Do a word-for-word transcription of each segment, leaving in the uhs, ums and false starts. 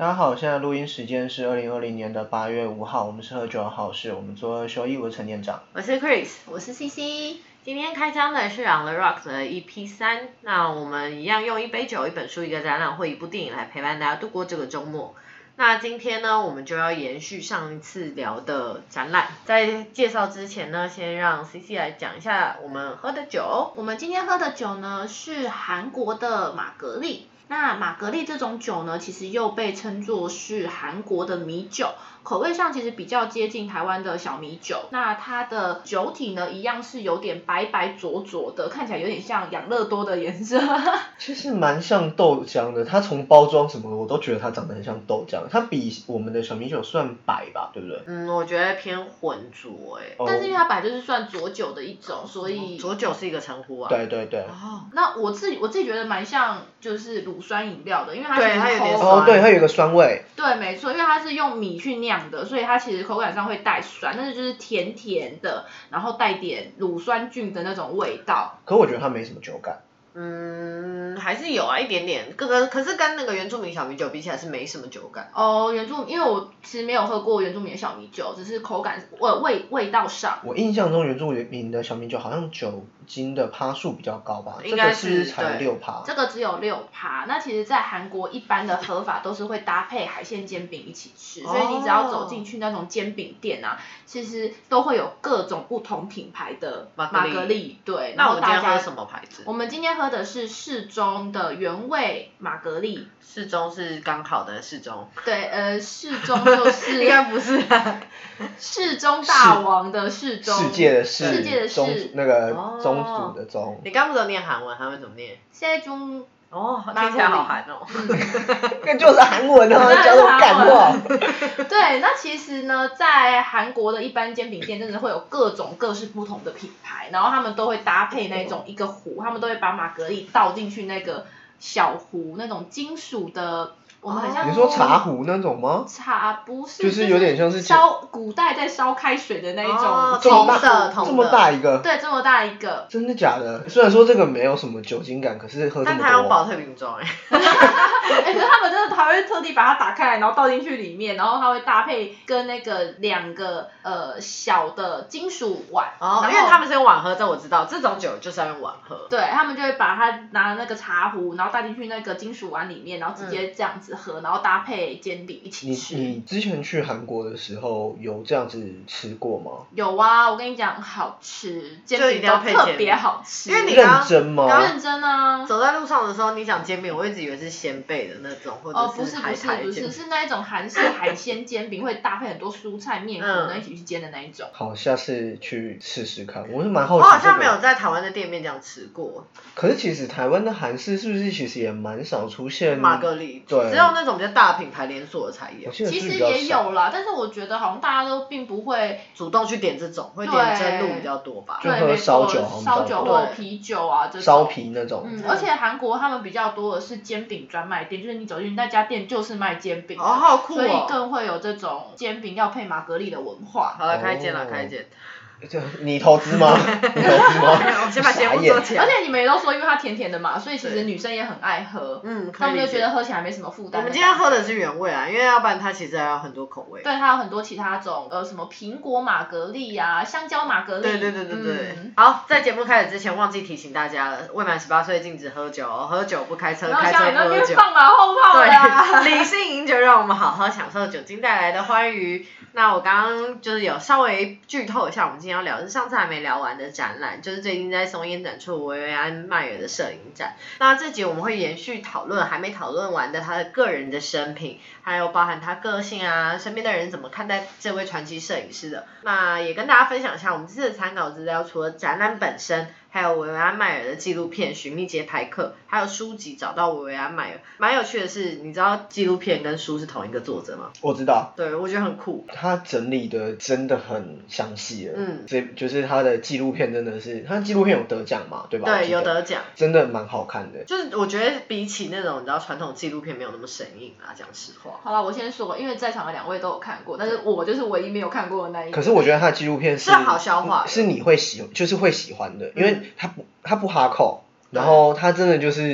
大家好，现在录音时间是二零二零年的八月五号，我们是喝酒好事，我们做二休一，我是陈店长， 我是 Chris， 我是 C C。 今天开箱的是 On the Rocks 的 E P 三，那我们一样用一杯酒、一本书、一个展览或一部电影来陪伴大家度过这个周末。那今天呢，我们就要延续上一次聊的展览。在介绍之前呢，先让 C C 来讲一下我们喝的酒。 我们今天喝的酒呢是韩国的玛格丽。那玛格丽这种酒呢，其实又被称作是韩国的米酒，口味上其实比较接近台湾的小米酒。那它的酒体呢，一样是有点白白浊浊的，看起来有点像养乐多的颜色。 其实蛮像豆浆的，它从包装什么的我都觉得它长得很像豆浆，它比我们的小米酒算白吧，对不对？ 嗯，我觉得偏浑浊哎、 欸。但是因为它本来就是算浊酒的一种，所以浊酒是一个称呼啊。 对对对。 哦，那我自己我自己觉得蛮像就是乳酸饮料的，因为它对它有点酸。 哦，对，它有一个酸味。 对，没错，因为它是用米去酿的，所以它其实口感上会带酸，但是就是甜甜的，然后带点乳酸菌的那种味道。 可我觉得它没什么酒感。 嗯，还是有啊，一点点。可可可是跟那个原住民小米酒比起来是没什么酒感。 哦，原住因为我其实没有喝过原住民的小米酒，只是口感味味味道上。 我印象中原住民的小米酒好像酒精的趴数比较高吧？ 应该是, 这个是才六趴。 这个只有六趴。那其实，在韩国一般的喝法都是会搭配海鲜煎饼一起吃，所以你只要走进去那种煎饼店啊，其实都会有各种不同品牌的玛格丽。对， 那我们今天喝什么牌子？ 我们今天喝的是适中的原味玛格丽。 适中是刚好的适中。 对，呃，适中就是应该不是啊。 适中大王的适中。 世界的世。 世界的世。 那个宗族的宗。 哦、你刚不是念韩文，韩文怎么念？ 谢中。 哦，听起来好韩哦。 那就是韩文哦，讲什么感话？ 对，那其实呢，在韩国的一般煎饼店，真的会有各种各式不同的品牌，然后他们都会搭配那种一个壶，他们都会把玛格丽倒进去那个小壶，那种金属的。我们很像、 哦、你说茶壶那种吗？ 茶不是， 就是有点像是烧古代在烧开水的那一种铜的， 这么大一个。 对，这么大一个。 真的假的？虽然说这个没有什么酒精感，可是喝这么多。 但它用保特瓶装哎。 哎，可是他们真的还会特地把它打开来，然后倒进去里面，然后它会搭配跟那个两个呃小的金属碗。 哦，因为他们是用碗喝，这我知道，这种酒就是要用碗喝。 对，他们就会把它拿那个茶壶，然后倒进去那个金属碗里面，然后直接这样子喝，嗯、然后搭配煎饼一起吃。 你你之前去韩国的时候有这样子吃过吗？ 有啊，我跟你讲，好吃，煎饼都特别好吃。 因为你认真吗？ 认真啊！ 走在路上的时候，你讲煎饼，我一直以为是鲜贝的那种，或者是海苔煎饼。哦， 不是不是不是，是那一种韩式海鲜煎饼，会搭配很多蔬菜面粉，然后一起去煎的那一种。 好，下次去试试看，我是蛮好奇、 这个。我好像没有在台湾的店面这样吃过。 可是其实台湾的韩式是不是其实也蛮少出现玛格丽？ 对， 只有那种比较大的品牌连锁的才有。 其实也有啦，但是我觉得好像大家都并不会主动去点这种，会点真露比较多吧。 就喝烧酒， 烧酒或啤酒啊这种。 烧啤那种。 嗯，而且韩国他们比较多的是煎饼专卖店，就是你走进去那家店就是卖煎饼。 哦，好酷哦！ 所以更会有这种煎饼要配玛格丽的文化。 好了，开店了，开店。 你投资吗？你投资吗？ 我先把节目做起来。 而且你们也都说，因为它甜甜的嘛，所以其实女生也很爱喝。 嗯， 他们就觉得喝起来没什么负担。 我们今天喝的是原味啊，因为要不然它其实还有很多口味。 对，它有很多其他种，呃，什么苹果玛格丽啊，香蕉玛格丽。 对对对对对。嗯、好，在节目开始之前，忘记提醒大家了，未满十八岁禁止喝酒，喝酒不开车，开车不喝酒。 放马后炮啦。 对，理性饮酒，让我们好好享受酒精带来的欢愉。那我刚刚就是有稍微剧透一下，我们今天要聊的是上次还没聊完的展览，就是最近在松烟展出维维安迈尔的摄影展。那这集我们会延续讨论还没讨论完的他的个人的生平，还有包含他个性啊，身边的人怎么看待这位传奇摄影师的。那也跟大家分享一下我们这次的参考资料，除了展览本身，还有维维安迈尔的纪录片《寻觅节拍客》，还有书籍找到维维安迈尔。蛮有趣的是，你知道纪录片跟书是同一个作者吗？ 我知道。 对，我觉得很酷。 他整理的真的很详细了。 嗯。 这就是他的纪录片真的是，他的纪录片有得奖嘛，对吧？ 对，有得奖。 真的蛮好看的。 就是我觉得比起那种你知道传统纪录片没有那么生硬啊，讲实话。 好了，我先说，因为在场的两位都有看过，但是我就是唯一没有看过的那一个。 可是我觉得他的纪录片是是好消化的， 是你会喜就是会喜欢的，因为他不他不哈扣，然后他真的就是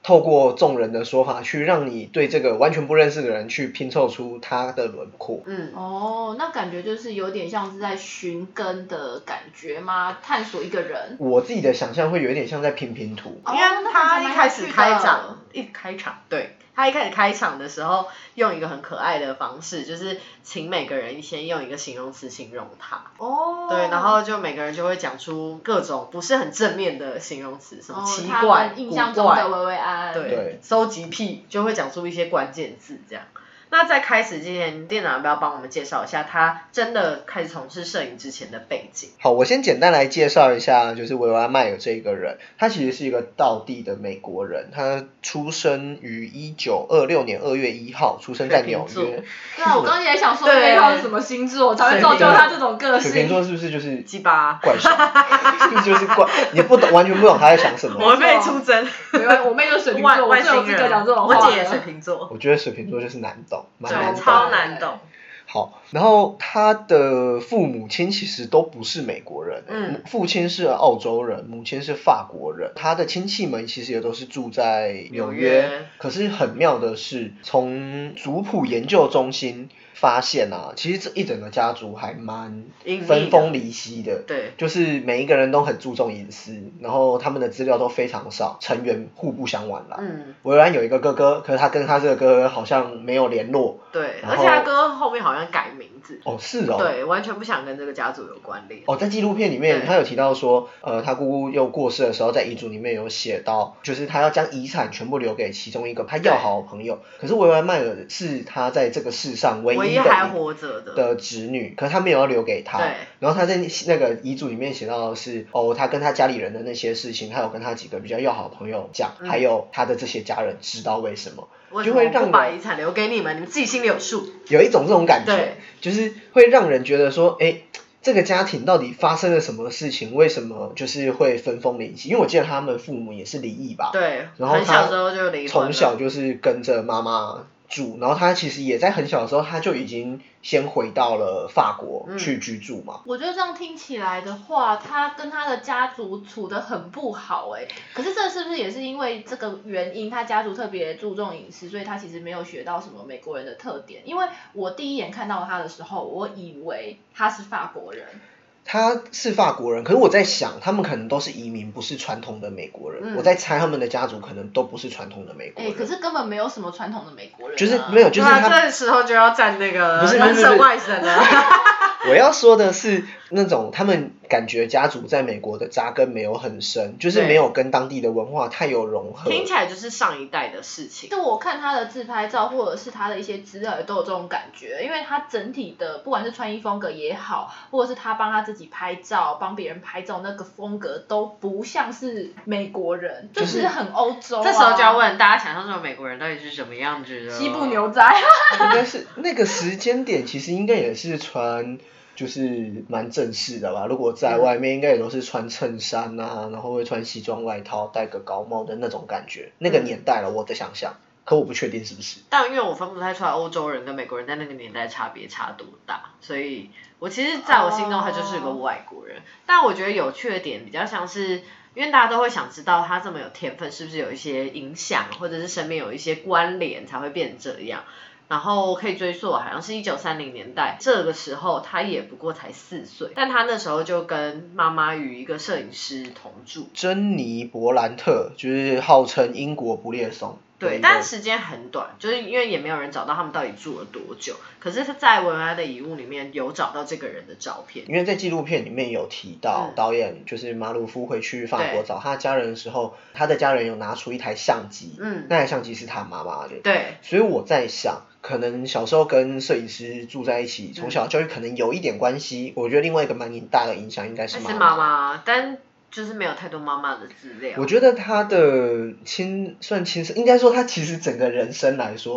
透过众人的说法去让你对这个完全不认识的人去拼凑出他的轮廓。 嗯，哦，那感觉就是有点像是在寻根的感觉吗？探索一个人。 我自己的想象会有一点像在拼拼图。 因为他一开始开场，一开场，对。他一开始开场的时候，用一个很可爱的方式，就是请每个人先用一个形容词形容他。 哦。 对，然后就每个人就会讲出各种不是很正面的形容词，什么奇怪、 哦、他们印象中的薇薇安。 对，收集癖就会讲出一些关键字这样。那在开始之前，店长要不要帮我们介绍一下他真的开始从事摄影之前的背景？ 好，我先简单来介绍一下，就是维维安迈尔这个人，他其实是一个道地的美国人，他出生于一九二六年二月一号，出生在纽约。 对啊，我刚刚也想说这号是什么星座，才会造就他这种个性。 水瓶座是不是就是鸡巴怪兽？是不是就是怪？你不懂，完全不懂他在想什么。 我妹出征， 我妹就是水瓶座，我最有资格讲这种话。 我姐也水瓶座。 我觉得水瓶座就是难懂。 对，超难懂。 好，然后他的父母亲其实都不是美国人，嗯，父亲是澳洲人，母亲是法国人。他的亲戚们其实也都是住在纽约，可是很妙的是，从族谱研究中心发现啊，其实这一整个家族还蛮分崩离析的， 对， 就是每一个人都很注重隐私，然后他们的资料都非常少，成员互不相往来。嗯，维维安有一个哥哥，可是他跟他这个哥哥好像没有联络。 对，而且他哥后面好像改名字。 哦，是哦。 对，完全不想跟这个家族有关联。 哦，在纪录片里面，他有提到说，呃，他姑姑又过世的时候，在遗嘱里面有写到，就是他要将遗产全部留给其中一个他要好的朋友。可是维维安迈尔是他在这个世上唯一的还活着的的侄女，可是他没有要留给他。 对。 然后他在那个遗嘱里面写到的是，哦，他跟他家里人的那些事情，他有跟他几个比较要好的朋友讲，嗯、还有他的这些家人知道为什么。 就会让不把遗产留给你们，你们自己心里有数。 有一种这种感觉，就是会让人觉得说，哎，这个家庭到底发生了什么事情？为什么就是会分崩离析？因为我记得他们父母也是离异吧。 对。 然后他很小时候就离婚了。 从小就是跟着妈妈住，然后他其实也在很小的时候，他就已经先回到了法国去居住嘛。 嗯、我觉得这样听起来的话，他跟他的家族处得很不好哎、欸。可是这是不是也是因为这个原因，他家族特别注重隐私，所以他其实没有学到什么美国人的特点？因为我第一眼看到他的时候，我以为他是法国人。 他是法国人，可是我在想，他们可能都是移民，不是传统的美国人。嗯、我在猜他们的家族可能都不是传统的美国人。 哎、欸，可是根本没有什么传统的美国人、啊。 就是没有，就是他、 啊、这时候就要站那个人省外省了。 我要说的是，那种他们感觉家族在美国的扎根没有很深，就是没有跟当地的文化太有融合。 听起来就是上一代的事情。 就我看他的自拍照，或者是他的一些资料，也都有这种感觉，因为他整体的不管是穿衣风格也好，或者是他帮他自己拍照、帮别人拍照那个风格，都不像是美国人，就是、就是很欧洲、啊。 这时候就要问大家，想象中的美国人到底是什么样子的？ 西部牛仔。 应该是那个时间点，其实应该也是穿。就是蛮正式的吧，如果在外面应该也都是穿衬衫啊，然后会穿西装外套，戴个高帽的那种感觉，那个年代了，我的想象，可我不确定是不是。 但因为我分不太出来欧洲人跟美国人在那个年代差别差多大，所以我其实在我心中他就是个外国人。Oh. 但我觉得有趣的点比较像是，因为大家都会想知道他这么有天分是不是有一些影响，或者是身边有一些关联才会变成这样。然后可以追溯，好像是一九三零年代，这个时候他也不过才四岁，但他那时候就跟妈妈与一个摄影师同住。 珍妮·勃兰特就是号称英国不列松。 对，但时间很短，就是因为也没有人找到他们到底住了多久。可是他在维维安的遗物里面有找到这个人的照片， 因为在纪录片里面有提到，嗯、导演就是马鲁夫回去法国找他家人的时候，他的家人有拿出一台相机，嗯，那台相机是他妈妈的， 对， 所以我在想，可能小时候跟摄影师住在一起，从小教育可能有一点关系。嗯、我觉得另外一个蛮大的影响应该是妈妈， 是妈妈，但。就是没有太多妈妈的资料。 我觉得他的亲算亲生，应该说他其实整个人生来说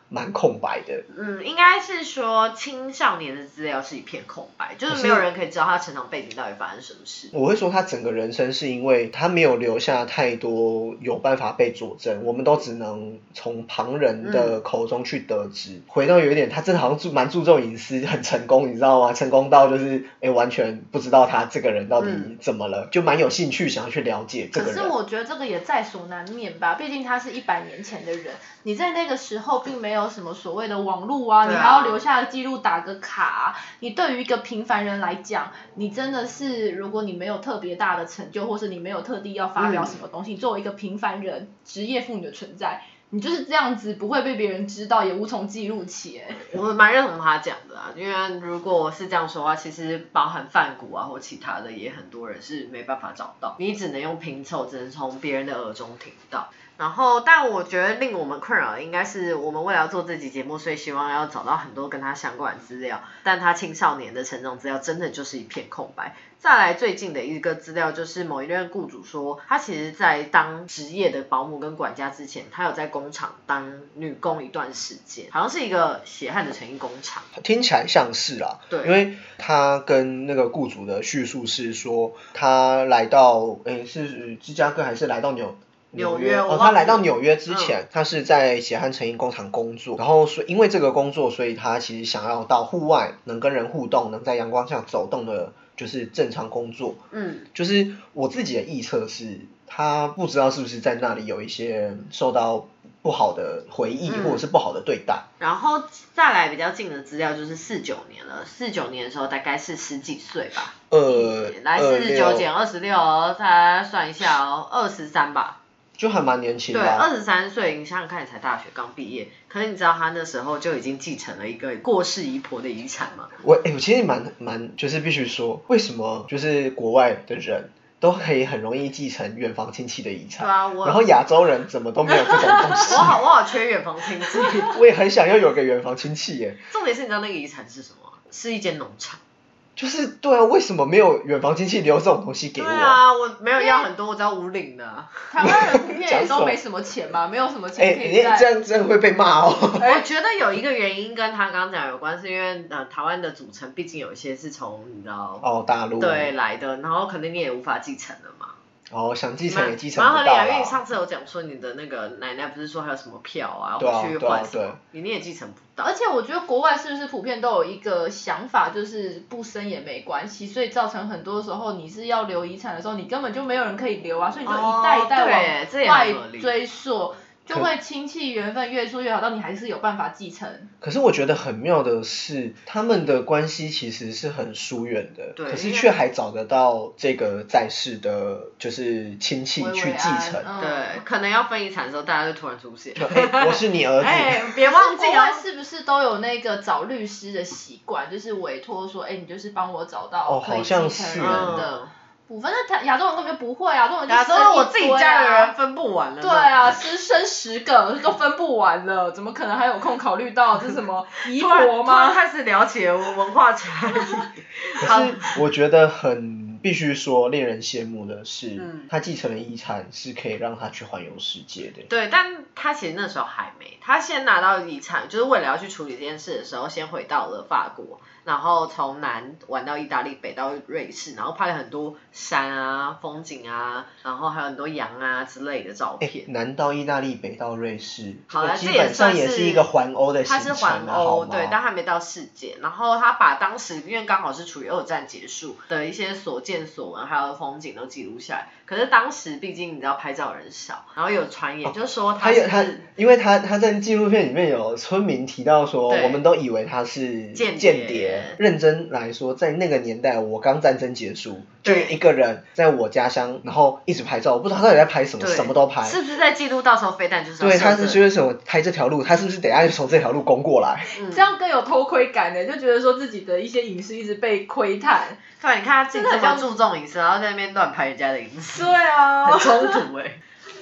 蛮空白的。 嗯，应该是说青少年的资料是一片空白，就是没有人可以知道他成长背景到底发生什么事。 我会说他整个人生是因为他没有留下太多有办法被佐证，我们都只能从旁人的口中去得知。嗯、回到有一点，他真的好像注蛮注重隐私，很成功，你知道吗？成功到就是哎、欸、完全不知道他这个人到底怎么了，嗯、就蛮有兴趣想要去了解这个人。 可是我觉得这个也在所难免吧，毕竟他是一百年前的人，你在那个时候并没有什么所谓的网络啊，啊你还要留下记录打个卡、啊。你对于一个平凡人来讲，你真的是如果你没有特别大的成就，或是你没有特地要发表什么东西，嗯、作为一个平凡人、职业妇女的存在。你就是这样子，不会被别人知道，也无从记录起。哎， 我蛮认同他讲的啊，因为如果是这样说的话，其实包含梵谷啊或其他的，也很多人是没办法找到，你只能用拼凑，只能从别人的耳中听到。然后，但我觉得令我们困扰的应该是，我们为了要做这集节目，所以希望要找到很多跟他相关的资料，但他青少年的成长资料真的就是一片空白。再来最近的一个资料就是某一任雇主说，他其实在当职业的保姆跟管家之前，他有在工厂当女工一段时间，好像是一个血汗的成衣工厂。 听起来像是啊，对，因为他跟那个雇主的叙述是说，他来到诶是芝加哥还是来到纽纽约哦，他来到纽约之前，嗯、他是在血汗成衣工厂工作，然后所因为这个工作，所以他其实想要到户外，能跟人互动，能在阳光下走动的，就是正常工作。嗯，就是我自己的臆测是，他不知道是不是在那里有一些受到不好的回忆，嗯、或者是不好的对待。 然后再来比较近的资料就是四九年了，四九年的时候大概是十几岁吧。呃，来四十九减二十六，大家算一下哦，二十三吧。 就还蛮年轻的、 啊。对，二十三岁，你想想看，你才大学刚毕业，可是你知道他那时候就已经继承了一个过世姨婆的遗产吗？ 我哎、欸，我其实蛮蛮，就是必须说，为什么就是国外的人都可以很容易继承远房亲戚的遗产？ 对啊，我。 然后亚洲人怎么都没有这种东西？ 我好，我好缺远房亲戚。 我也很想要有个远房亲戚耶。 重点是，你知道那个遗产是什么？是一间农场。 就是对啊，为什么没有远房亲戚留这种东西给我？ 对啊，我没有要很多，我只要五岭的、啊。 台湾人普遍也都没什么钱嘛，没有什么钱可以在。 哎、欸，这样这样会被骂哦。 我觉得有一个原因跟他刚刚讲有关，是因为呃台湾的组成毕竟有一些是从你知道哦大陆对来的，然后可能你也无法继承了嘛。 哦，想继承也继承不到啦。 蛮合理啊，因为你上次有讲说你的那个奶奶不是说还有什么票啊， 对啊去换什么， 对啊你也继承不到。 而且我觉得国外是不是普遍都有一个想法，就是不生也没关系，所以造成很多时候你是要留遗产的时候，你根本就没有人可以留啊，所以你就一代一代往外追溯。就会亲戚缘分越说越好，到你还是有办法继承。 可是我觉得很妙的是，他们的关系其实是很疏远的，可是却还找得到这个在世的，就是亲戚去继承。 嗯、对，可能要分遗产的时候，大家就突然出现。 欸、我是你儿子。 哎，别忘记哦。是不是都有那个找律师的习惯，就是委托说，哎，你就是帮我找到可以继承人的。五分的亚洲人根本就不会啊，这种亚洲人我自己家的人分不完了。 对啊，十生十个都分不完了，怎么可能还有空考虑到这是什么姨婆吗？ 突然开始了解文化差异。 可是我觉得很必须说令人羡慕的是，嗯、他继承的遗产是可以让他去环游世界的。 对，但他其实那时候还没，他先拿到遗产，就是为了要去处理这件事的时候，先回到了法国。然后从南玩到意大利，北到瑞士，然后拍了很多山啊、风景啊，然后还有很多羊啊之类的照片。 南到意大利，北到瑞士， 好了， 基本上也是一个环欧的行程。 它是环欧，对，但还没到世界。然后他把当时因为刚好是处于二战结束的一些所见所闻，还有风景都记录下来。可是当时毕竟你知道拍照人少，然后有传言就说他是、 哦、他, 他因为他他在纪录片里面有村民提到说，我们都以为他是间谍。认真来说，在那个年代，我刚战争结束，就一个人在我家乡，然后一直拍照，我不知道他到底在拍什么，什么都拍。 是不是在记录到时候飞弹就是要？ 对，他是觉得什么拍这条路，他是不是等一下就从这条路攻过来？ 嗯、这样更有偷窥感的，就觉得说自己的一些隐私一直被窥探。 对，你看他自己这么注重隐私，然后在那边乱拍人家的隐私。 对啊， 很冲突哎、欸。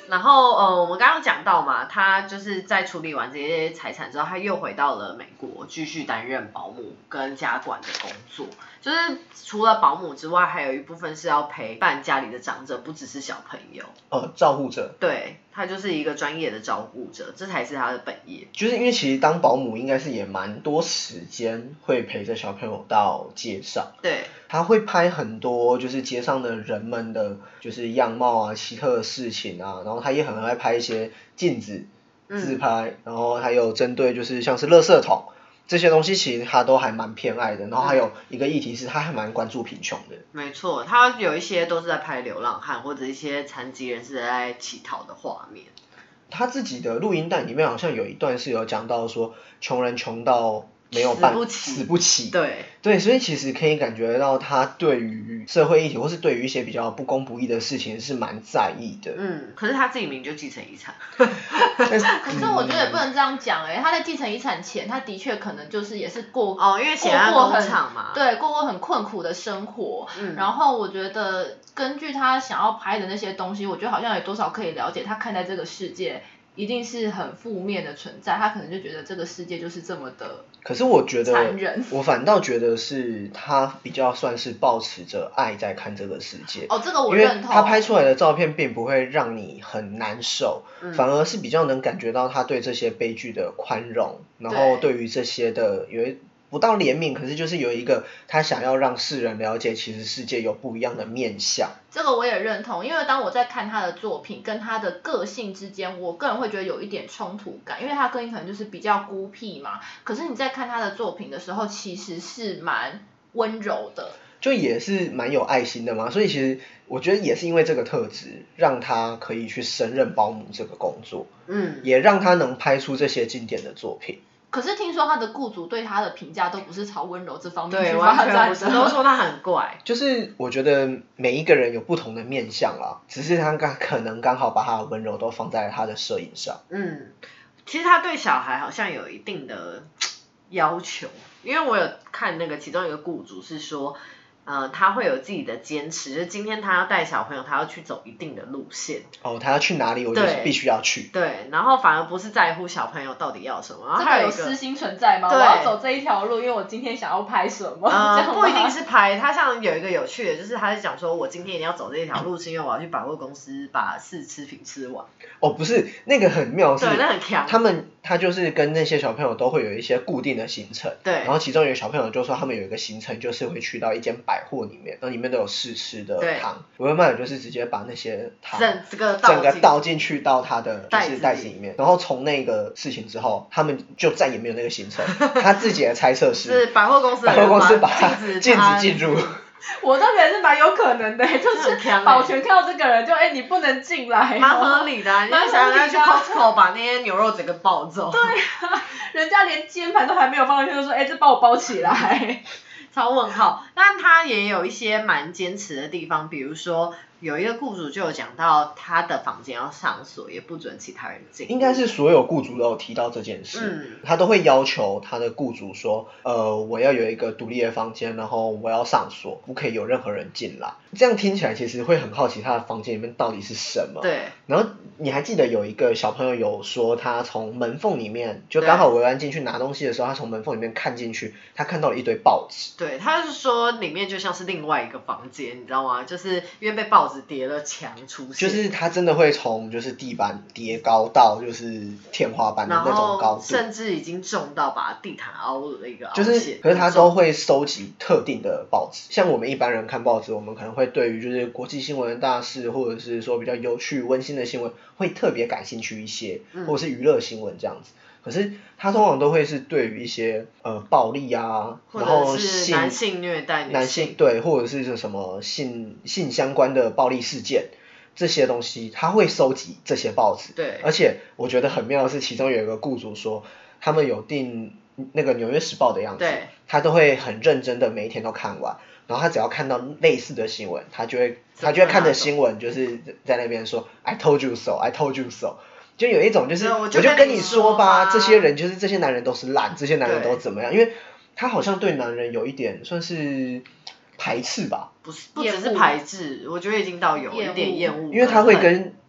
然后呃，我们刚刚讲到嘛，他就是在处理完这些财产之后，他又回到了美国，继续担任保姆跟家管的工作。就是除了保姆之外，还有一部分是要陪伴家里的长者，不只是小朋友。 呃，照护者。 对，他就是一个专业的照顾者，这才是他的本业。 就是因为其实当保姆应该是也蛮多时间会陪着小朋友到街上。对。他会拍很多就是街上的人们的就是样貌啊、奇特的事情啊，然后他也很爱拍一些镜子自拍，嗯、然后还有针对就是像是垃圾桶这些东西，其实他都还蛮偏爱的。然后还有一个议题是他还蛮关注贫穷的。 没错，他有一些都是在拍流浪汉或者一些残疾人士在乞讨的画面。 他自己的录音带里面好像有一段是有讲到说，穷人穷到没有办死不起， 死不起。 对对，所以其实可以感觉到他对于社会议题或是对于一些比较不公不义的事情是蛮在意的。 嗯，可是他自己明明就继承遗产。 可是我觉得也不能这样讲哎、欸，他在继承遗产前，他的确可能就是也是过哦，因为血案工厂嘛， 对，过过很困苦的生活。嗯，然后我觉得根据他想要拍的那些东西，我觉得好像有多少可以了解他看待这个世界。一定是很负面的存在，他可能就觉得这个世界就是这么的。 可是我觉得，我反倒觉得是他比较算是抱持着爱在看这个世界。 哦，这个我认同。 因为他拍出来的照片并不会让你很难受，嗯、反而是比较能感觉到他对这些悲剧的宽容，然后对于这些的有一。不到怜悯，可是就是有一个他想要让世人了解，其实世界有不一样的面向。 这个我也认同，因为当我在看他的作品跟他的个性之间，我个人会觉得有一点冲突感，因为他个性可能就是比较孤僻嘛。可是你在看他的作品的时候，其实是蛮温柔的， 就也是蛮有爱心的嘛。所以其实我觉得也是因为这个特质，让他可以去胜任保姆这个工作，嗯，也让他能拍出这些经典的作品。 可是听说他的雇主对他的评价都不是朝温柔这方面去发展的， 都说他很怪。 就是我觉得每一个人有不同的面向啦，只是他刚可能刚好把他的温柔都放在他的摄影上。 嗯，其实他对小孩好像有一定的要求，因为我有看那个其中一个雇主是说。呃，他会有自己的坚持，就是今天他要带小朋友，他要去走一定的路线。 哦，他要去哪里，我就是必须要去。 对，然后反而不是在乎小朋友到底要什么。然后还有一个这个有私心存在吗？我要走这一条路，因为我今天想要拍什么？ 呃，不一定是拍，他像有一个有趣的，就是他是讲说，我今天一定要走这一条路，是因为我要去百货公司把试吃品吃完。 哦，不是，那个很妙是， 对，那很强。 他们他就是跟那些小朋友都会有一些固定的行程。 对。 然后其中有一个小朋友就说，他们有一个行程就是会去到一间百货里面，那里面都有试吃的糖。维曼就是直接把那些糖整这个整个倒进去到他的就是袋子里面，然后从那个事情之后，他们就再也没有那个行程。他自己的猜测是， 是百货公司百货公司把禁止进入。 我都觉得是蛮有可能的，就是保全看到这个人就哎、欸、你不能进来， 蛮合理的、啊。你就想要去 Costco 把那些牛肉整个抱走。 对啊，人家连煎盘都还没有放进去，就说哎、欸、这帮我包起来。 超问号，但他也有一些蛮坚持的地方，比如说有一个雇主就有讲到他的房间要上锁，也不准其他人进。 应该是所有雇主都有提到这件事，嗯、他都会要求他的雇主说，呃，我要有一个独立的房间，然后我要上锁，不可以有任何人进来。这样听起来其实会很好奇他的房间里面到底是什么。 对。 然后你还记得有一个小朋友有说，他从门缝里面，就刚好维安进去拿东西的时候，他从门缝里面看进去，他看到了一堆报纸。 对，他是说里面就像是另外一个房间，你知道吗？就是因为被报纸叠了墙出现。 就是他真的会从就是地板叠高到就是天花板的那种高度， 甚至已经重到把地毯凹了一个凹陷。就是，可是他都会收集特定的报纸，像我们一般人看报纸，我们可能会对于就是国际新闻的大事，或者是说比较有趣温馨的新闻，会特别感兴趣一些，或者是娱乐新闻这样子。可是他通常都会是对于一些呃暴力啊，然后性男性虐待女性， 男性对，或者是什么性性相关的暴力事件这些东西，他会收集这些报纸。 对， 而且我觉得很妙的是，其中有一个雇主说，他们有订那个《纽约时报》的样子， 对， 他都会很认真的每一天都看完。然后他只要看到类似的新闻，他就会他就会看着新闻，就是在那边说 I told you so, I told you so。就有一种就是我就跟你说吧，这些人就是这些男人都是烂，这些男人都怎么样？因为他好像对男人有一点算是排斥吧？ 不是，不只是排斥，我觉得已经到有一点厌恶。 因为他会跟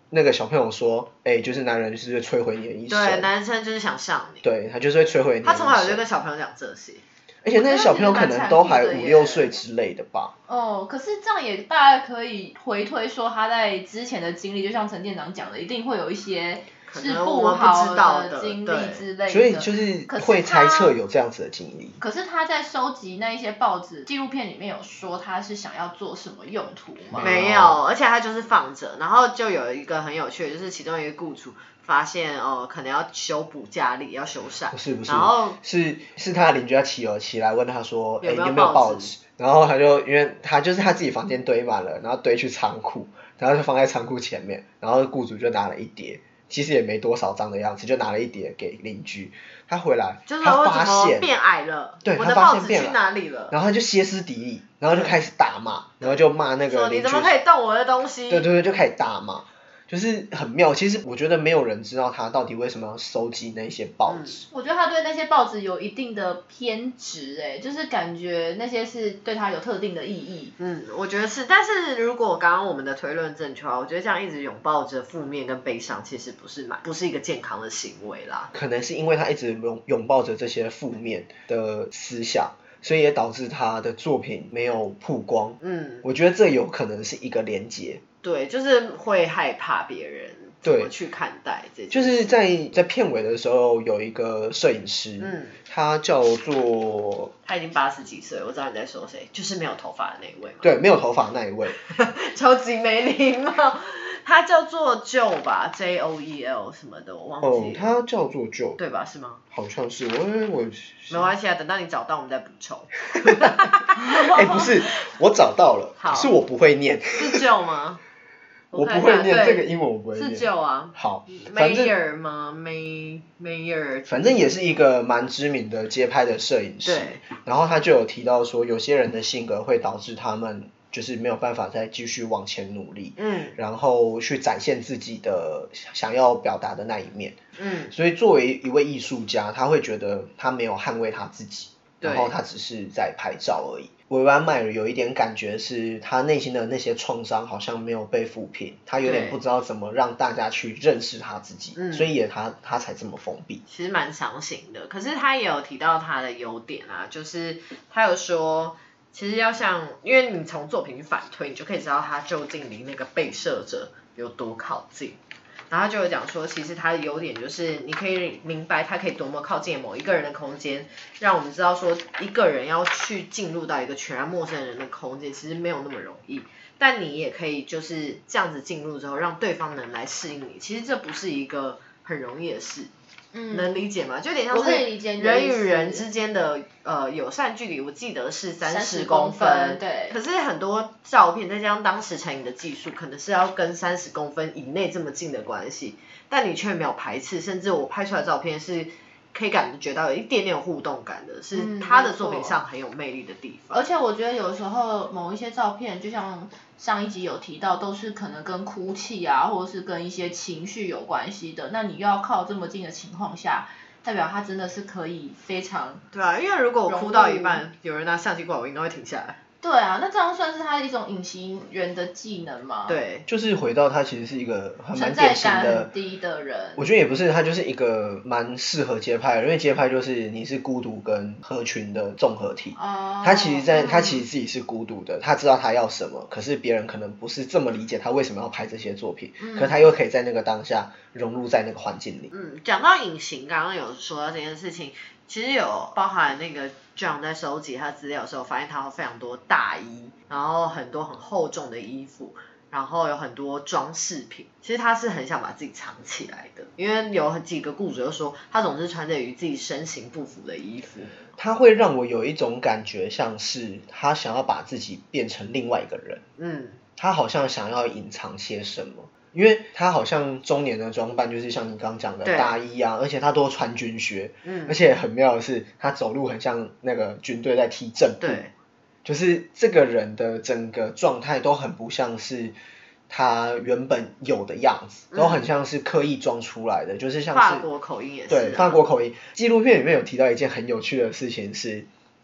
那个小朋友说，哎、欸，就是男人就是会摧毁你的一生。 对，男生就是想上你。 对，他就是会摧毁你的一生。 他从小就跟小朋友讲这些。 而且那些小朋友可能都还五六岁之类的吧。 哦，可是这样也大概可以回推说他在之前的经历，就像陈店长讲的，一定会有一些是不好的经历之类的。 所以就是会猜测有这样子的经历。 可是他在收集那一些报纸纪录片里面有说他是想要做什么用途吗？ 没有，而且他就是放着，然后就有一个很有趣的，就是其中一个雇主发现哦、呃，可能要修补家里，要修缮。 不是不是， 然后是是他邻居要骑楼起来问他说，哎、欸， 有没有报纸？然后他就因为他就是他自己房间堆满了，然后堆去仓库，然后就放在仓库前面，然后雇主就拿了一叠，其实也没多少张的样子，就拿了一叠给邻居。他回来， 就是他发现变矮了， 对， 我的报纸去哪里了？ 然后他就歇斯底里，然后就开始大骂，然后就骂那个邻居， 你怎么可以动我的东西？ 对对对，就开始大骂。就是很妙，其实我觉得没有人知道他到底为什么要收集那些报纸、嗯。 我觉得他对那些报纸有一定的偏执，哎，就是感觉那些是对他有特定的意义。 嗯，我觉得是，但是如果刚刚我们的推论正确啊，我觉得这样一直拥抱着负面跟悲伤，其实不是蛮不是一个健康的行为啦。 可能是因为他一直拥拥抱着这些负面的思想。所以也导致他的作品没有曝光。嗯，我觉得这有可能是一个连结。 对，就是会害怕别人怎么去看待这件事。 就是在在片尾的时候有一个摄影师，嗯，他叫做他已经八十几岁，我知道你在说谁，就是没有头发的那一位嘛。 对，没有头发的那一位， 超级没礼貌。他叫做 Joel 吧 ，J O E L 什么的，我忘记了。 哦，他叫做 Joel， 对吧？是吗？ 好像是，我我。 没关系啊，等到你找到我们再补充。 哎、欸，不是，我找到了，是我不会念。 是 Joel 吗？ 我不会念这个英文，我不会念。 是 Joel 啊。 好 ，Mayer 吗 ？May Mayer。 反正也是一个蛮知名的街拍的摄影师。 对。 然后他就有提到说，有些人的性格会导致他们。就是没有办法再继续往前努力，嗯，然后去展现自己的想要表达的那一面，嗯，所以作为一位艺术家，他会觉得他没有捍卫他自己，然后他只是在拍照而已。维维安迈尔有一点感觉是他内心的那些创伤好像没有被抚平，他有点不知道怎么让大家去认识他自己，所以也他他才这么封闭。 其实蛮伤心的，可是他也有提到他的优点啊，就是他有说。其实要像，因为你从作品去反推，你就可以知道他究竟离那个被摄者有多靠近。然后就有讲说，其实他的优点就是你可以明白他可以多么靠近某一个人的空间，让我们知道说一个人要去进入到一个全然陌生人的空间，其实没有那么容易。但你也可以就是这样子进入之后，让对方能来适应你，其实这不是一个很容易的事。嗯，能理解吗？就有点像是人与人之间的呃友善距离，我记得是三十公分， 对。 可是很多照片再加上当时成瘾的技术，可能是要跟三十公分以内这么近的关系，但你却没有排斥，甚至我拍出来的照片是可以感觉到有一点点互动感的，是他的作品上很有魅力的地方。 而且我觉得有时候某一些照片，就像上一集有提到，都是可能跟哭泣啊，或者是跟一些情绪有关系的。那你又要靠这么近的情况下，代表他真的是可以非常对啊，因为如果我哭到一半，有人拿相机过来，我应该会停下来。 对啊，那这样算是他一种隐形人的技能吗？ 对， 就是回到他其实是一个很蛮典型的， 存在感很低的人。 我觉得也不是，他就是一个蛮适合街拍的，因为街拍就是你是孤独跟合群的综合体。哦。他其实在，他其实自己是孤独的，他知道他要什么，可是别人可能不是这么理解他为什么要拍这些作品，嗯、可他又可以在那个当下融入在那个环境里。 嗯，讲到隐形，刚刚有说到这件事情。其实有包含那个 John 在收集他资料的时候，发现他有非常多大衣，然后很多很厚重的衣服，然后有很多装饰品。其实他是很想把自己藏起来的，因为有几个雇主就说他总是穿着与自己身形不符的衣服。 他会让我有一种感觉，像是他想要把自己变成另外一个人。嗯，他好像想要隐藏些什么。因为他好像中年的装扮就是像你刚刚讲的大衣啊，而且他都穿军靴，嗯，而且很妙的是他走路很像那个军队在踢正步，对，就是这个人的整个状态都很不像是他原本有的样子，嗯、都很像是刻意装出来的，就是像是法国口音也是、啊， 对，法国口音。纪录片里面有提到一件很有趣的事情是，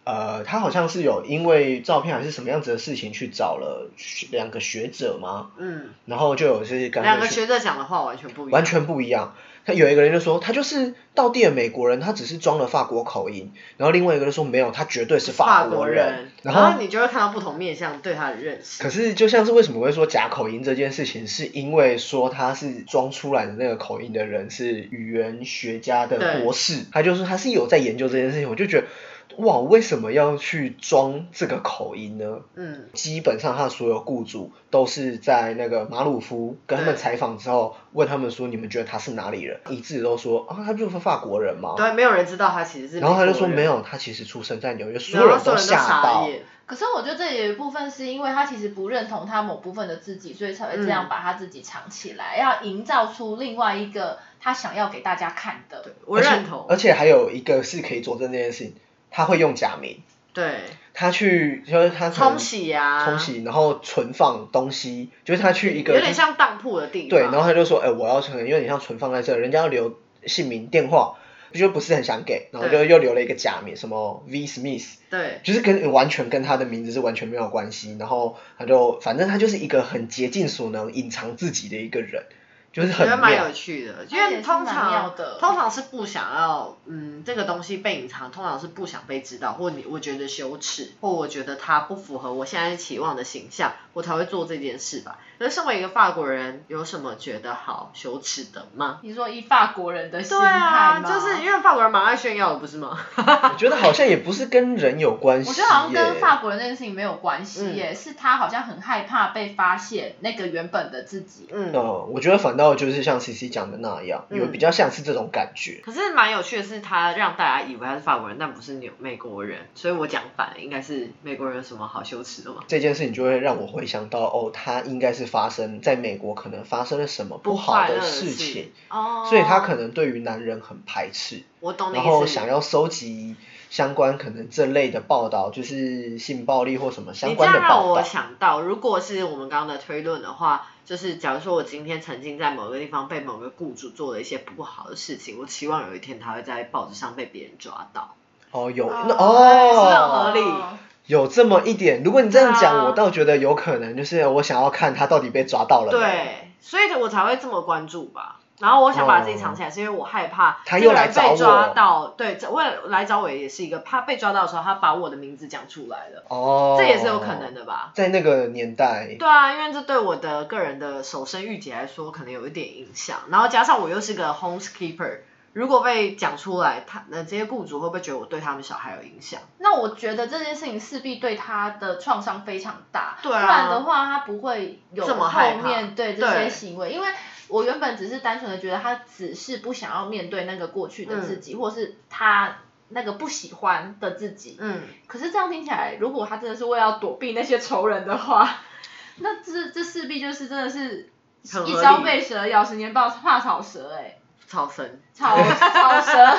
呃，他好像是有因为照片还是什么样子的事情去找了两个学者嘛，嗯，然后就有就是跟两个学者讲的话完全不一样， 完全不一样。他有一个人就说他就是道地的美国人，他只是装了法国口音，然后另外一个就说没有，他绝对是法国人。 法国人然后然后你就会看到不同面向对他的认识。 可是就像是为什么会说假口音这件事情，是因为说他是装出来的那个口音的人是语言学家的博士，他就说他是有在研究这件事情，我就觉得。哇，为什么要去装这个口音呢？嗯，基本上他的所有雇主都是在那个马鲁夫跟他们采访之后，问他们说你们觉得他是哪里人，一致都说啊，他就是法国人嘛。 对，没有人知道他其实是美国人。 然后他就说没有，他其实出生在纽约，所有人都吓到。 可是我觉得这有一部分是因为他其实不认同他某部分的自己，所以才会这样把他自己藏起来，嗯、要营造出另外一个他想要给大家看的。 对，我认同。 而且还有一个是可以佐证这件事情。他会用假名， 对， 他去就是他冲洗啊， 冲洗，然后存放东西，就是他去一个有点像当铺的地方， 对，然后他就说，哎、欸，我要存，有点像存放在这，人家要留姓名、电话，就不是很想给，然后就又留了一个假名，什么 V Smith， 对， 就是跟完全跟他的名字是完全没有关系，然后他就反正他就是一个很竭尽所能隐藏自己的一个人。就是很觉得蛮有趣的，因为通常通常是不想要，嗯，这个东西被隐藏，通常是不想被知道，或你我觉得羞耻，或我觉得它不符合我现在期望的形象，我才会做这件事吧。可是身为一个法国人，有什么觉得好羞耻的吗？ 你说以法国人的心态吗？ 对啊，就是因为法国人蛮爱炫耀的，不是吗？ 我觉得好像也不是跟人有关系， 我觉得好像跟法国人那件事情没有关系耶，嗯、是他好像很害怕被发现那个原本的自己。 嗯，呃、我觉得反倒就是像 C C 讲的那样，有比较像是这种感觉。 可是蛮有趣的是，他让大家以为他是法国人，但不是纽美国人，所以我讲反了，应该是美国人有什么好羞耻的吗？ 这件事情就会让我回想到，哦，他应该是发生在美国，可能发生了什么不好的事情，哦，所以他可能对于男人很排斥， 我懂你意思，然后想要收集相关可能这类的报道，就是性暴力或什么相关的报道。 你这样让我想到，如果是我们刚刚的推论的话，就是假如说我今天曾经在某个地方被某个雇主做了一些不好的事情，我期望有一天他会在报纸上被别人抓到。 哦，有，哦，哦是很合理。 有这么一点，如果你这样讲，啊、我倒觉得有可能，就是我想要看他到底被抓到了没。 对，所以我才会这么关注吧。然后我想把自己藏起来，哦、是因为我害怕他又来找我。 被抓到，对，为了来找我也是一个怕被抓到的时候，他把我的名字讲出来了。哦，这也是有可能的吧？ 在那个年代。 对啊，因为这对我的个人的守身御姐来说，可能有一点影响。然后加上我又是个 housekeeper。如果被讲出来，他那这些雇主会不会觉得我对他们小孩有影响？ 那我觉得这件事情势必对他的创伤非常大， 对啊， 不然的话他不会有后面对这些行为，因为我原本只是单纯的觉得他只是不想要面对那个过去的自己，嗯、或是他那个不喜欢的自己。嗯。可是这样听起来，如果他真的是为了躲避那些仇人的话，那这这势必就是真的是一朝被蛇咬，十年怕怕草蛇哎、欸。 超神， 超超蛇，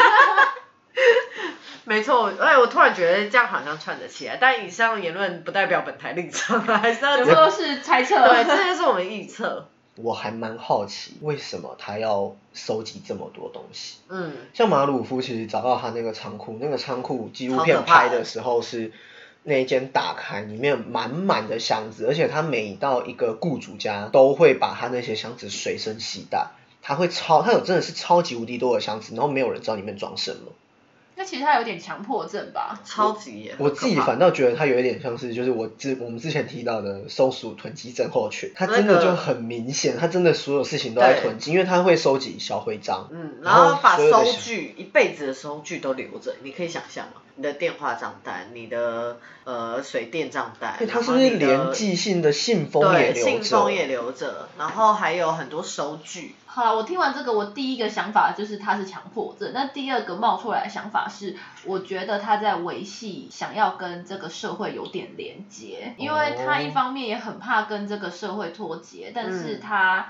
没错，哎，我突然觉得这样好像串得起来，但以上言论不代表本台立场，还是要全部都是猜测， 对，这就是我们臆测。 我还蛮好奇，为什么他要收集这么多东西？嗯，像马鲁夫其实找到他那个仓库，那个仓库纪录片拍的时候是那一间打开，里面满满的箱子，而且他每到一个雇主家都会把他那些箱子随身携带。他会超，他有真的是超级无敌多的箱子，然后没有人知道里面装什么。 那其实他有点强迫症吧？ 超级耶！ 我自己反倒觉得他有一点像是，就是我之我们之前提到的松鼠囤积症候群，他真的就很明显，他真的所有事情都在囤积，因为他会收集小徽章， 嗯，然后把收据一辈子的收据都留着，你可以想象吗？你的电话账单，你的呃水电账单， 他是不是连寄信的信封也留着？ 对，信封也留着，然后还有很多收据。 好了，我听完这个，我第一个想法就是他是强迫症，那第二个冒出来的想法是，我觉得他在维系想要跟这个社会有点连结，因为他一方面也很怕跟这个社会脱节，但是他。嗯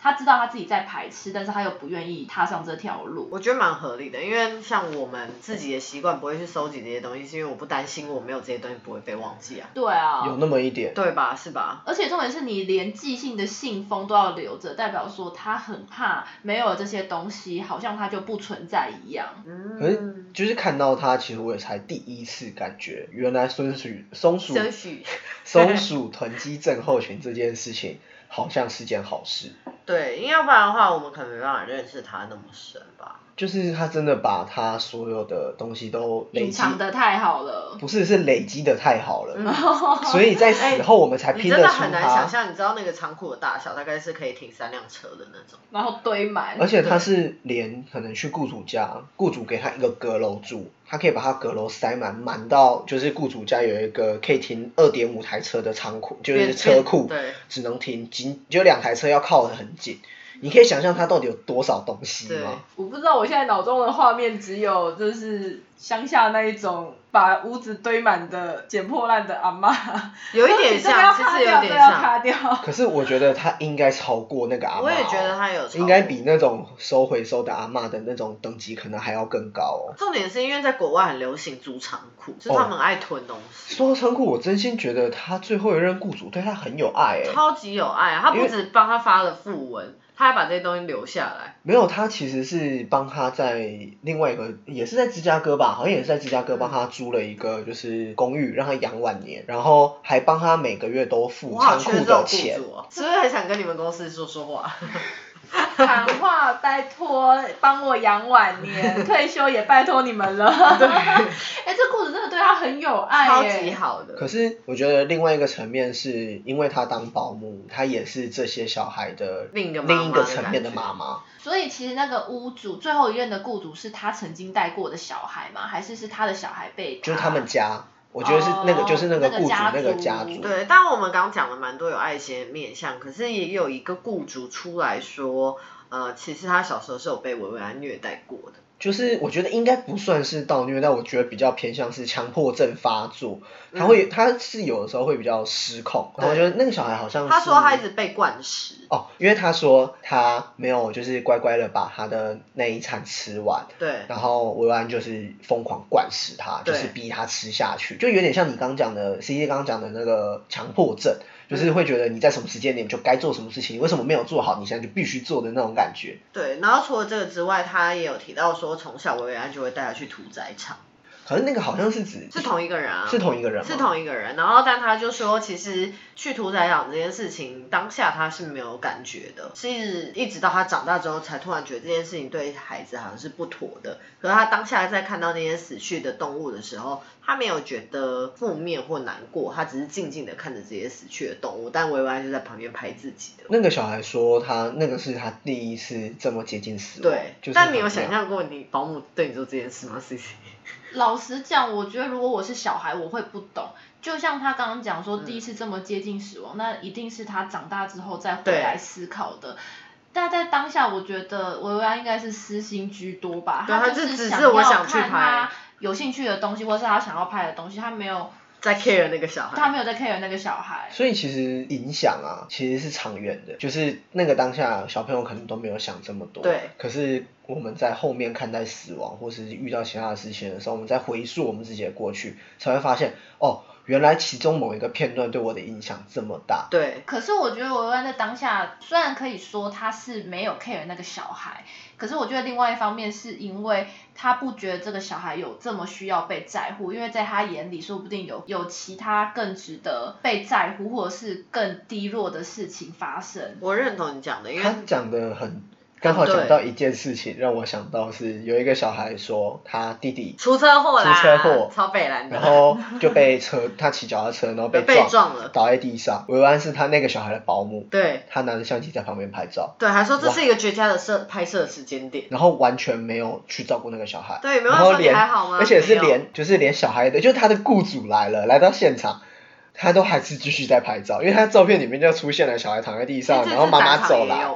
他知道他自己在排斥，但是他又不愿意踏上这条路。 我觉得蛮合理的，因为像我们自己的习惯不会去收集这些东西，是因为我不担心我没有这些东西不会被忘记啊。 对啊， 有那么一点， 对吧？是吧？ 而且重点是你连寄信的信封都要留着，代表说他很怕没有这些东西，好像他就不存在一样。 嗯。 可是就是看到他，其实我也才第一次感觉，原来松鼠松鼠松鼠松鼠囤积症候群这件事情好像是件好事。 对，因为要不然的话，我们可能没办法认识他那么深吧。 就是他真的把他所有的东西都累积， 隐藏的太好了。 不是，是累积的太好了， 嗯、 所以在死后我们才拼得出他。 欸、你真的很难想象，你知道那个仓库的大小大概是可以停三辆车的那种， 然后堆满。 而且他是连可能去雇主家，雇主给他一个阁楼住，他可以把他阁楼塞满，满到就是雇主家有一个可以停二点五台车的仓库，就是车库， 对， 只能停紧，就两台车要靠得很紧。你可以想象它到底有多少东西吗？ 我不知道，我现在脑中的画面只有就是乡下那一种把屋子堆满的捡破烂的阿嬷， 有一点像，其实有点像。 可是我觉得它应该超过那个阿嬷、哦， 我也觉得它有超过， 应该比那种收回收的阿嬷的那种等级可能还要更高哦。 重点是因为在国外很流行租仓库，就是他们爱囤东西。 说到仓库，我真心觉得他最后一任雇主对他很有爱哎， 超级有爱啊！他不止帮他发了讣文。他还把这些东西留下来。 没有，他其实是帮他在另外一个，也是在芝加哥吧，好像也是在芝加哥帮他租了一个就是公寓，让他养晚年，然后还帮他每个月都付仓库的钱。 我是不是很想跟你们公司说说话？ 喊话，拜托帮我养晚年，退休也拜托你们了。对，哎、欸，这雇主真的对他很有爱， 超级好的。 可是我觉得另外一个层面是因为他当保姆，他也是这些小孩的另一个另一个层面的妈妈。 所以其实那个屋主最后一任的雇主是他曾经带过的小孩吗？还是是他的小孩被他？ 就是他们家。我觉得是那个、哦、就是那个雇主那个家族。 对，但我们刚刚讲了蛮多有爱心的面向，可是也有一个雇主出来说，呃，其实他小时候是有被维维安虐待过的。 就是我觉得应该不算是到虐待，我觉得比较偏向是强迫症发作，他会、嗯、他是有的时候会比较失控，然后我觉得那个小孩好像是他说他一直被灌食哦，因为他说他没有就是乖乖的把他的那一餐吃完， 对， 然后维安就是疯狂灌食他，就是逼他吃下去，就有点像你刚讲的 C C 刚刚讲的那个强迫症。就是会觉得你在什么时间点就该做什么事情，你为什么没有做好，你现在就必须做的那种感觉。 对，然后除了这个之外，他也有提到说，从小维维安就会带他去屠宰场。 可是那个好像是指是同一个人啊， 是同一个人吗？ 是同一个人。然后但他就说，其实去屠宰场这件事情，当下他是没有感觉的，是一直一直到他长大之后，才突然觉得这件事情对孩子好像是不妥的。可是他当下在看到那些死去的动物的时候，他没有觉得负面或难过，他只是静静的看着这些死去的动物，但维维安就在旁边拍自己的。 那个小孩说他那个是他第一次这么接近死亡。 对， 就是、 但你有想象过你保姆对你做这件事吗 ？C C？ 老实讲，我觉得如果我是小孩，我会不懂。就像他刚刚讲说，第一次这么接近死亡，嗯、那一定是他长大之后再回来思考的。但在当下，我觉得维维安应该是私心居多吧。 他就是想要看他有兴趣的东西，或是他想要拍的东西，他没有在 care 那个小孩。 他没有在 care 那个小孩。 所以其实影响啊，其实是长远的，就是那个当下小朋友可能都没有想这么多。 对。 可是我们在后面看待死亡，或是遇到其他的事情的时候，我们在回溯我们自己的过去，才会发现哦，原来其中某一个片段对我的影响这么大。 对。 可是我觉得维维安在当下，虽然可以说他是没有 care 那个小孩，可是我觉得另外一方面是因为他不觉得这个小孩有这么需要被在乎，因为在他眼里说不定有有其他更值得被在乎或者是更低落的事情发生。 我认同你讲的，因为他讲的很。刚好讲到一件事情，让我想到是有一个小孩说他弟弟出车祸啦， 出车祸， 超北蓝的， 然后就被车他骑脚踏车，然后被撞, 被撞了， 倒在地上。维维安是他那个小孩的保姆， 对， 他拿着相机在旁边拍照， 对，还说这是一个绝佳的摄拍摄时间点， 然后完全没有去照顾那个小孩， 对，没有说你还好吗？ 而且是连就是连小孩的，就是他的雇主来了，来到现场。他都还是继续在拍照，因为他照片里面就出现了小孩躺在地上，然后妈妈走来。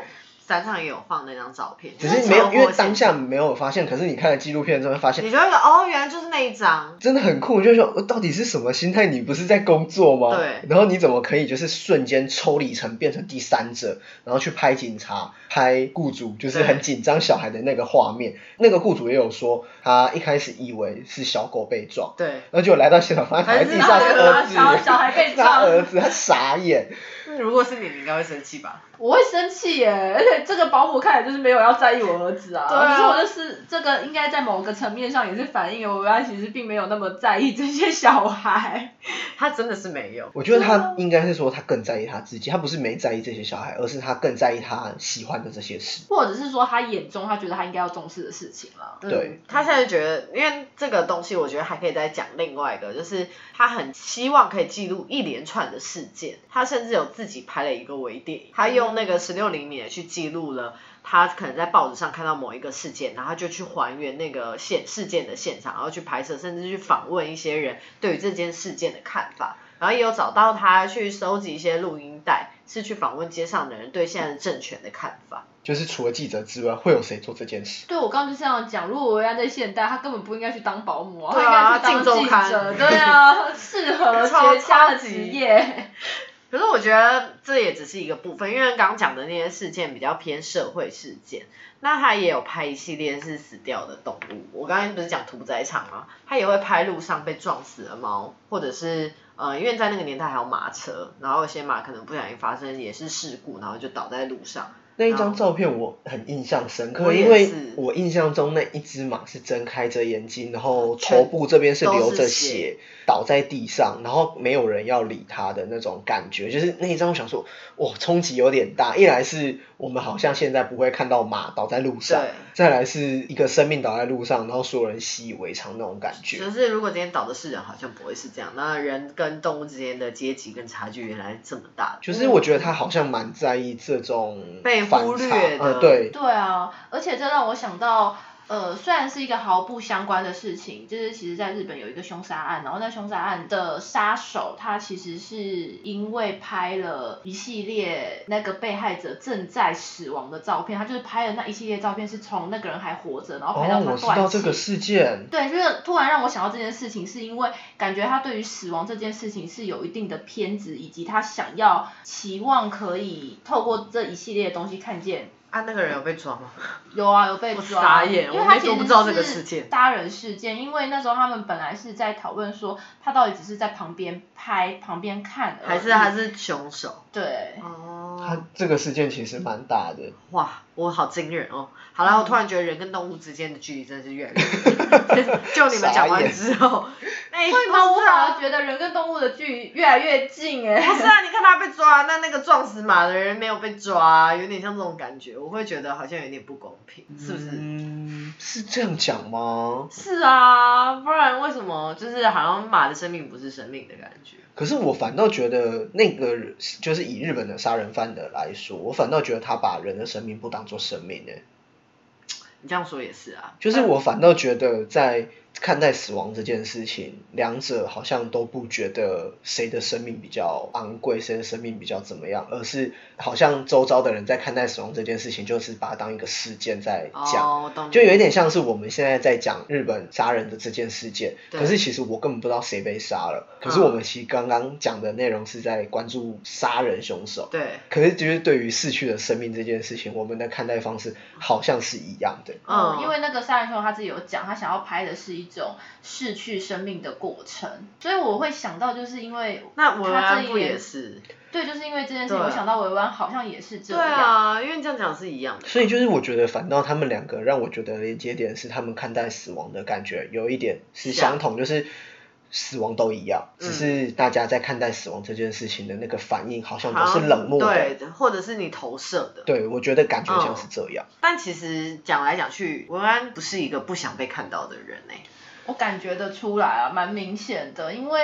展场也有放那张照片， 只是没有，因为当下没有发现，可是你看了纪录片之后会发现， 你就会哦，原来就是那一张， 真的很酷，就是说到底是什么心态？你不是在工作吗？ 对。 然后你怎么可以就是瞬间抽离成变成第三者，然后去拍警察、拍雇主，就是很紧张小孩的那个画面。那个雇主也有说，他一开始以为是小狗被撞， 对， 然后结果来到现场发现躺在地上是儿子， 小小孩被撞， 他儿子，他傻眼。 如果是你，你应该会生气吧？ 我会生气耶，而且这个保姆看起来就是没有要在意我儿子啊。 对啊。 可是我就是这个应该在某个层面上也是反映了我他其实并没有那么在意这些小孩。 他真的是没有。 我觉得他应该是说他更在意他自己，他不是没在意这些小孩，而是他更在意他喜欢的这些事。 或者是说他眼中他觉得他应该要重视的事情了。 对。 对他现在觉得，因为这个东西我觉得还可以再讲另外一个，就是他很希望可以记录一连串的事件，他甚至有自己拍了一个微电影，他用那个十六厘米去记录了他可能在报纸上看到某一个事件，然后就去还原那个现事件的现场，然后去拍摄，甚至去访问一些人对于这件事件的看法，然后也有找到他去收集一些录音带，是去访问街上的人对现在的政权的看法。 就是除了记者之外，会有谁做这件事？ 对，我刚刚就这样讲，如果维安在现代，他根本不应该去当保姆啊， 对啊， 他应该去当记者，对啊，适合绝佳的职业。 可是我觉得这也只是一个部分，因为刚刚讲的那些事件比较偏社会事件，那他也有拍一系列是死掉的动物。我刚才不是讲屠宰场吗？他也会拍路上被撞死的猫，或者是呃，因为在那个年代还有马车，然后有些马可能不小心发生也是事故，然后就倒在路上。 那一张照片我很印象深刻， 因为我印象中那一只马是睁开着眼睛，然后头部这边是流着血，倒在地上，然后没有人要理它的那种感觉，就是那一张我想说，哇，冲击有点大。一来是我们好像现在不会看到马倒在路上，再来是一个生命倒在路上，然后所有人习以为常那种感觉。 就是如果今天倒的是人，好像不会是这样。那人跟动物之间的阶级跟差距原来这么大。 就是我觉得他好像蛮在意这种被忽略的、 呃，对。 对啊，而且这让我想到。呃，虽然是一个毫不相关的事情，就是其实在日本有一个凶杀案，然后那凶杀案的杀手他其实是因为拍了一系列那个被害者正在死亡的照片，他就是拍了那一系列照片是从那个人还活着，然后拍到他断气。 哦，我知道这个事件。 对，就是突然让我想到这件事情，是因为感觉他对于死亡这件事情是有一定的偏执，以及他想要期望可以透过这一系列的东西看见。 啊，那个人有被抓吗？ 有啊，有被抓。 我傻眼， 因为他其实是杀人事件，因为那时候他们本来是在讨论说，他到底只是在旁边拍、旁边看而已， 还是他是凶手？ 对。 哦。 他这个事件其实蛮大的。 哇，我好惊人哦！好啦，我突然觉得人跟动物之间的距离真的是越来越远。就你们讲完之后， 哎、欸，会吗？我反而觉得人跟动物的距离越来越近哎、欸。 不是啊，你看他被抓，那那个撞死马的人没有被抓，有点像这种感觉，我会觉得好像有点不公平，是不是？ 嗯，是这样讲吗？ 是啊，不然为什么就是好像马的生命不是生命的感觉？ 可是我反倒觉得那个就是以日本的杀人犯的来说，我反倒觉得他把人的生命不当作生命诶。 你这样说也是啊。 就是我反倒觉得在看待死亡这件事情，两者好像都不觉得谁的生命比较昂贵，谁的生命比较怎么样，而是好像周遭的人在看待死亡这件事情，就是把它当一个事件在讲， 哦、 就有一点像是我们现在在讲日本杀人的这件事件，可是其实我根本不知道谁被杀了，可是我们其实刚刚讲的内容是在关注杀人凶手， 对， 可是就是对于逝去的生命这件事情，我们的看待方式好像是一样的。 嗯，因为那个杀人凶手他自己有讲，他想要拍的是一种逝去生命的过程，所以我会想到就是因为那维安不也是？ 对，就是因为这件事情，我想到维安好像也是这样。 对啊，因为这样讲是一样的。 所以就是我觉得反倒他们两个让我觉得连接点是他们看待死亡的感觉有一点是相同，就是死亡都一样，只是大家在看待死亡这件事情的那个反应好像都是冷漠的， 对，或者是你投射的。 对，我觉得感觉像是这样。 嗯、但其实讲来讲去，维安不是一个不想被看到的人欸。 我感觉得出来啊，蛮明显的，因为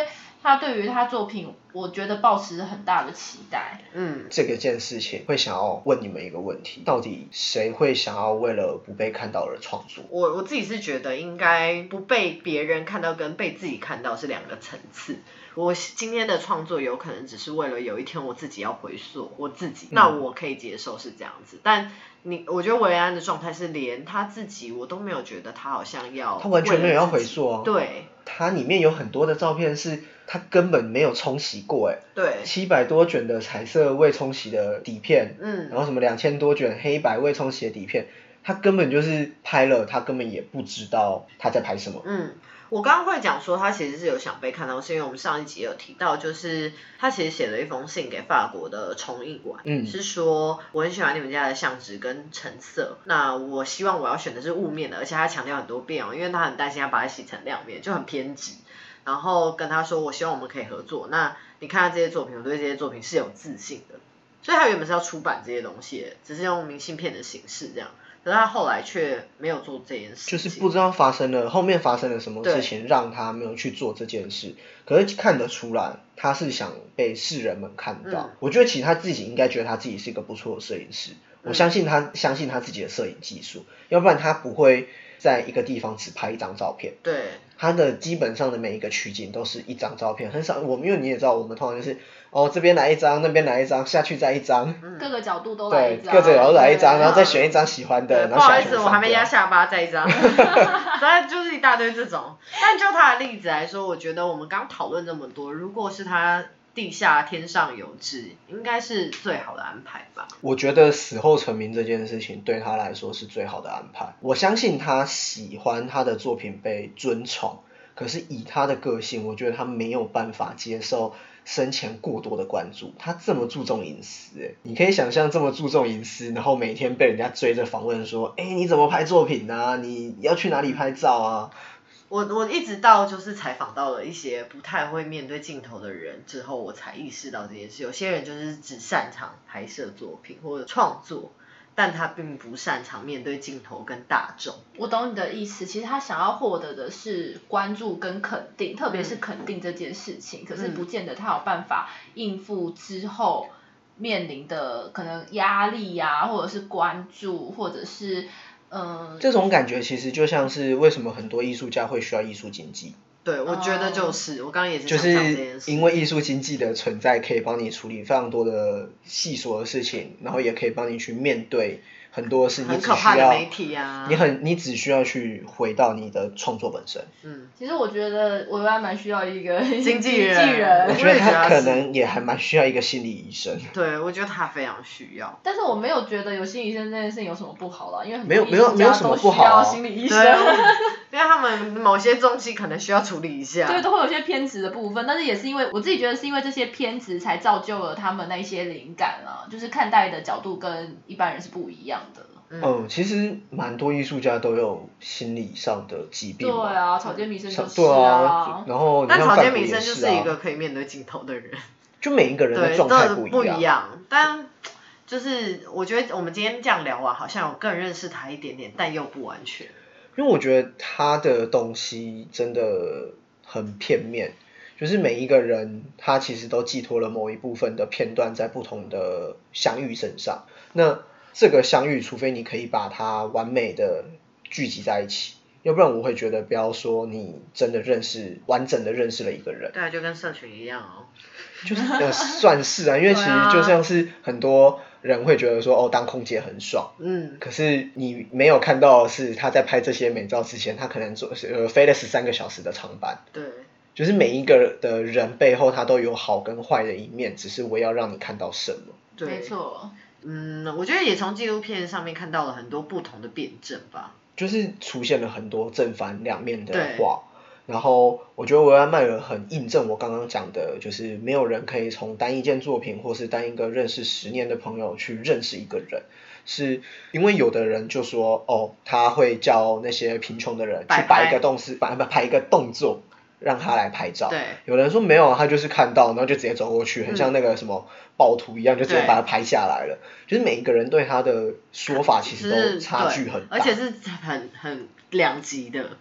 他对于他作品，我觉得抱持很大的期待。 嗯， 这个件事情会想要问你们一个问题，到底谁会想要为了不被看到而创作？ 我我自己是觉得应该不被别人看到跟被自己看到是两个层次。我今天的创作有可能只是为了有一天我自己要回溯我自己，那我可以接受是这样子。但你，我觉得维安的状态是连他自己我都没有觉得他好像要， 他完全没有要回溯啊。 对， 他里面有很多的照片是他根本没有冲洗过哎。 对。 七百多卷的彩色未冲洗的底片，嗯，然后什么两千多卷黑白未冲洗的底片，他根本就是拍了，他根本也不知道他在拍什么。 嗯。我刚刚会讲说他其实是有想被看到，是因为我们上一集有提到，就是他其实写了一封信给法国的重印馆，嗯，是说我很喜欢你们家的相纸跟成色，那我希望我要选的是雾面的，而且他强调很多遍哦，因为他很担心他把它洗成亮面，就很偏执。然后跟他说我希望我们可以合作，那你看到这些作品，我对这些作品是有自信的，所以他原本是要出版这些东西的，只是用明信片的形式这样。可是他后来却没有做这件事情， 就是不知道发生了后面发生了什么事情让他没有去做这件事。可是看得出来他是想被世人们看到，嗯，我觉得其实他自己应该觉得他自己是一个不错的摄影师，我相信他相信他自己的摄影技术，要不然他不会在一个地方只拍一张照片。 对， 他的基本上的每一个取景都是一张照片，很少我们因为你也知道我们通常就是哦这边来一张，那边来一张，下去再一张， 嗯，各个角度都来一张， 对，各个角度来一张，然后再选一张喜欢的，然后不好意思我还没压下巴再一张，反正就是一大堆这种。但就他的例子来说，我觉得我们刚讨论这么多，如果是他地下天上有知，应该是最好的安排吧。 我觉得死后成名这件事情对他来说是最好的安排。我相信他喜欢他的作品被尊崇，可是以他的个性，我觉得他没有办法接受生前过多的关注。他这么注重隐私，欸，你可以想象这么注重隐私，然后每天被人家追着访问说，哎，你怎么拍作品啊？你要去哪里拍照啊？ 我我一直到就是采访到了一些不太会面对镜头的人之后，我才意识到这件事。有些人就是只擅长拍摄作品或者创作，但他并不擅长面对镜头跟大众。 我懂你的意思，其实他想要获得的是关注跟肯定，特别是肯定这件事情，嗯，可是不见得他有办法应付之后面临的可能压力啊，或者是关注，或者是嗯， 这种感觉其实就像是为什么很多艺术家会需要艺术经济。 对，我觉得就是，我刚刚也是就想讲这件是因为艺术经济的存在，可以帮你处理非常多的细琐的事情，然后也可以帮你去面对很多事，你只需要很可怕的媒体啊，你很你只需要去回到你的创作本身。 嗯，其实我觉得我还蛮需要一个经纪人， 我觉得他可能也还蛮需要一个心理医生。 对，我觉得他非常需要。 但是我没有觉得有心理医生这件事情有什么不好啦，因为很多艺术家都需要心理医生， 因为他们某些东西可能需要处理一下。 对，都会有些偏执的部分，但是也是因为我自己觉得是因为这些偏执才造就了他们那一些灵感啊，就是看待的角度跟一般人是不一样的。 嗯, 嗯，其实蛮多艺术家都有心理上的疾病。 对啊，草间弥生就是啊。对啊，然后但草间弥生就是一个可以面对镜头的人。 就每一个人的状态不一样。 不一样，但就是我觉得我们今天这样聊啊，好像有更认识他一点点，但又不完全。 因为我觉得他的东西真的很片面，就是每一个人他其实都寄托了某一部分的片段在不同的相遇身上。那这个相遇，除非你可以把它完美的聚集在一起，要不然我会觉得不要说你真的认识完整的认识了一个人。 对啊，就跟社群一样哦。 就是呃算是啊，因为其实就像是很多人会觉得说哦当空姐很爽，嗯，可是你没有看到的是他在拍这些美照之前，他可能做呃飞了十三个小时的长班。 对。 就是每一个的人背后他都有好跟坏的一面，只是我要让你看到什么。 对， 没错。 嗯，我觉得也从纪录片上面看到了很多不同的辩证吧。 就是出现了很多正反两面的话，然后我觉得维安迈尔很印证我刚刚讲的，就是没有人可以从单一件作品或是单一个认识十年的朋友去认识一个人，是因为有的人就说哦，他会叫那些贫穷的人去摆一个动势，摆摆一个动作。让他来拍照， 对， 有人说没有，他就是看到，然后就直接走过去，很像那个什么暴徒一样，就直接把他拍下来了。就是每一个人对他的说法其实都差距很大， 而且是很很两极的。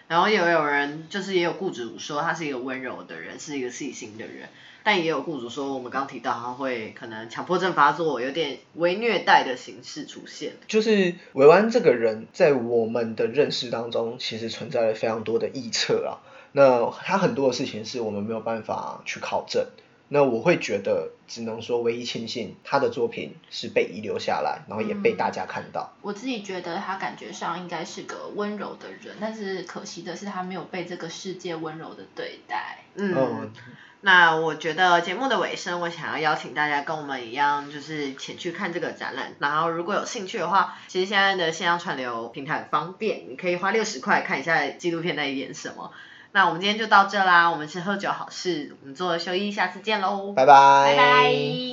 然后也有人就是也有雇主说他是一个温柔的人，是一个细心的人，但也有雇主说我们刚提到他会可能强迫症发作，有点微虐待的形式出现。 就是维安这个人在我们的认识当中其实存在了非常多的臆测啊，那他很多的事情是我们没有办法去考证，那我会觉得只能说唯一庆幸他的作品是被遗留下来，然后也被大家看到。 嗯、我自己觉得他感觉上应该是个温柔的人，但是可惜的是他没有被这个世界温柔的对待。 嗯。嗯，那我觉得节目的尾声，我想要邀请大家跟我们一样，就是前去看这个展览。然后如果有兴趣的话，其实现在的线上串流平台很方便，你可以花六十块看一下纪录片在演什么。那我们今天就到这啦，我们是喝酒好事，我们做休息，下次见喽， 拜拜， 拜拜。